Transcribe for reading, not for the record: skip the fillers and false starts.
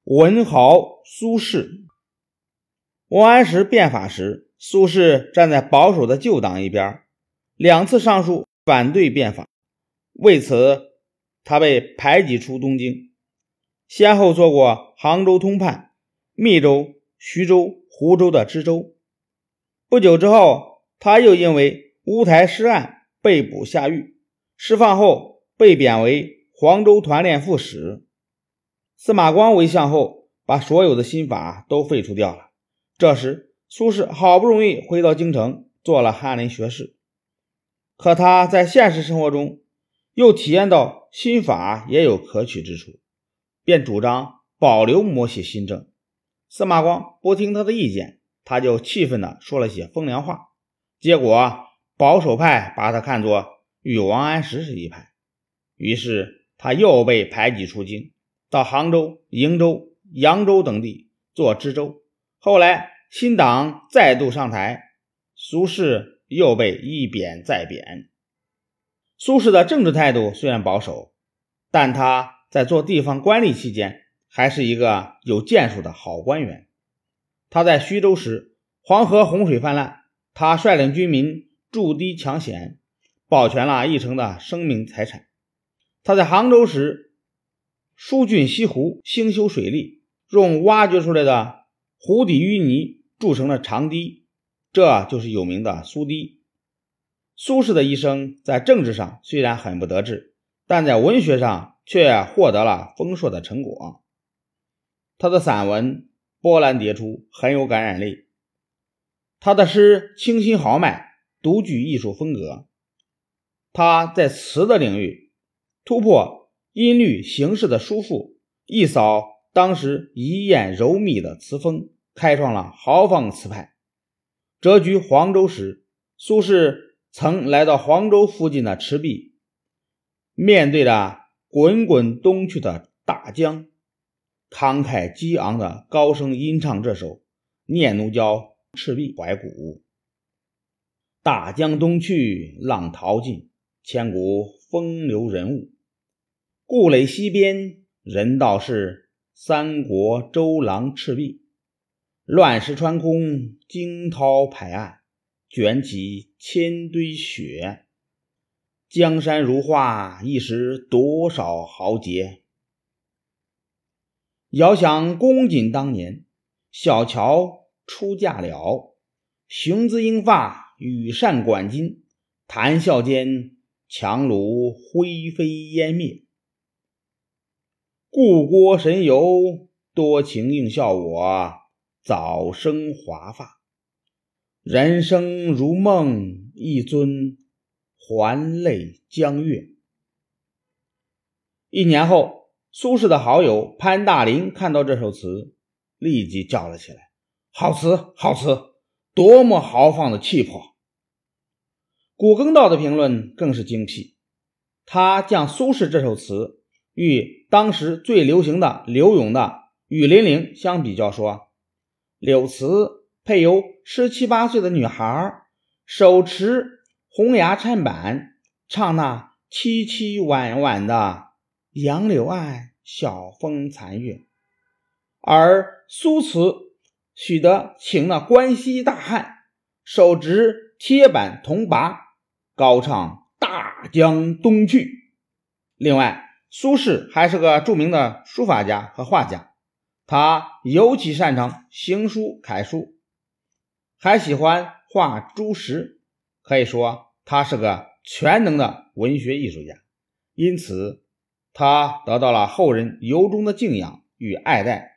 文豪苏轼。王安石变法时，苏轼站在保守的旧党一边，2次上书反对变法，为此他被排挤出东京，先后做过杭州通判、密州、徐州、湖州的知州。不久之后，他又因为乌台诗案被捕下狱，释放后被贬为黄州团练副使。司马光为相后，把所有的新法都废除掉了。这时苏轼好不容易回到京城，做了翰林学士。可他在现实生活中又体验到新法也有可取之处，便主张保留摩西新政。司马光不听他的意见，他就气愤地说了些风凉话，结果保守派把他看作与王安石是一派，于是他又被排挤出京，到杭州、瀛州、扬州等地做知州。后来新党再度上台，苏轼又被一贬再贬。苏轼的政治态度虽然保守，但他在做地方官吏期间还是一个有建树的好官员。他在徐州时，黄河洪水泛滥，他率领军民筑堤抢险，保全了一城的生命财产。他在杭州时，疏浚西湖，兴修水利，用挖掘出来的湖底淤泥筑成了长堤，这就是有名的苏堤。苏轼的一生在政治上虽然很不得志，但在文学上却获得了丰硕的成果。他的散文波澜迭出，很有感染力。他的诗清新豪迈，独具艺术风格。他在词的领域突破音律形式的束缚，一扫当时一艳柔密的词风，开创了豪放词派。谪居黄州时，苏轼曾来到黄州附近的赤壁，面对着滚滚东去的大江，慷慨激昂的高声吟唱这首《念奴娇·赤壁怀古》。大江东去，浪淘尽，千古风流人物。故垒西边，人道是，三国周郎赤壁。乱石穿空，惊涛拍岸，卷起千堆雪。江山如画，一时多少豪杰。遥想公瑾当年，小乔出嫁了，雄姿英发，羽扇纶巾，谈笑间，樯橹灰飞烟灭。故国神游，多情应笑我，早生华发。人生如梦，一尊还酹江月。1年后，苏轼的好友潘大林看到这首词，立即叫了起来：好词，好词，多么豪放的气魄！古更道的评论更是精辟，他将苏轼这首词与当时最流行的柳永的《雨霖铃》相比较，说柳词配有17、18岁的女孩，手持红牙颤板，唱那凄凄婉婉的杨柳岸，晓风残月；而苏词许得请那关西大汉，手执铁板铜拔，高唱大江东去。另外，苏轼还是个著名的书法家和画家，他尤其擅长行书楷书，还喜欢画诸石，可以说他是个全能的文学艺术家，因此他得到了后人由衷的敬仰与爱戴。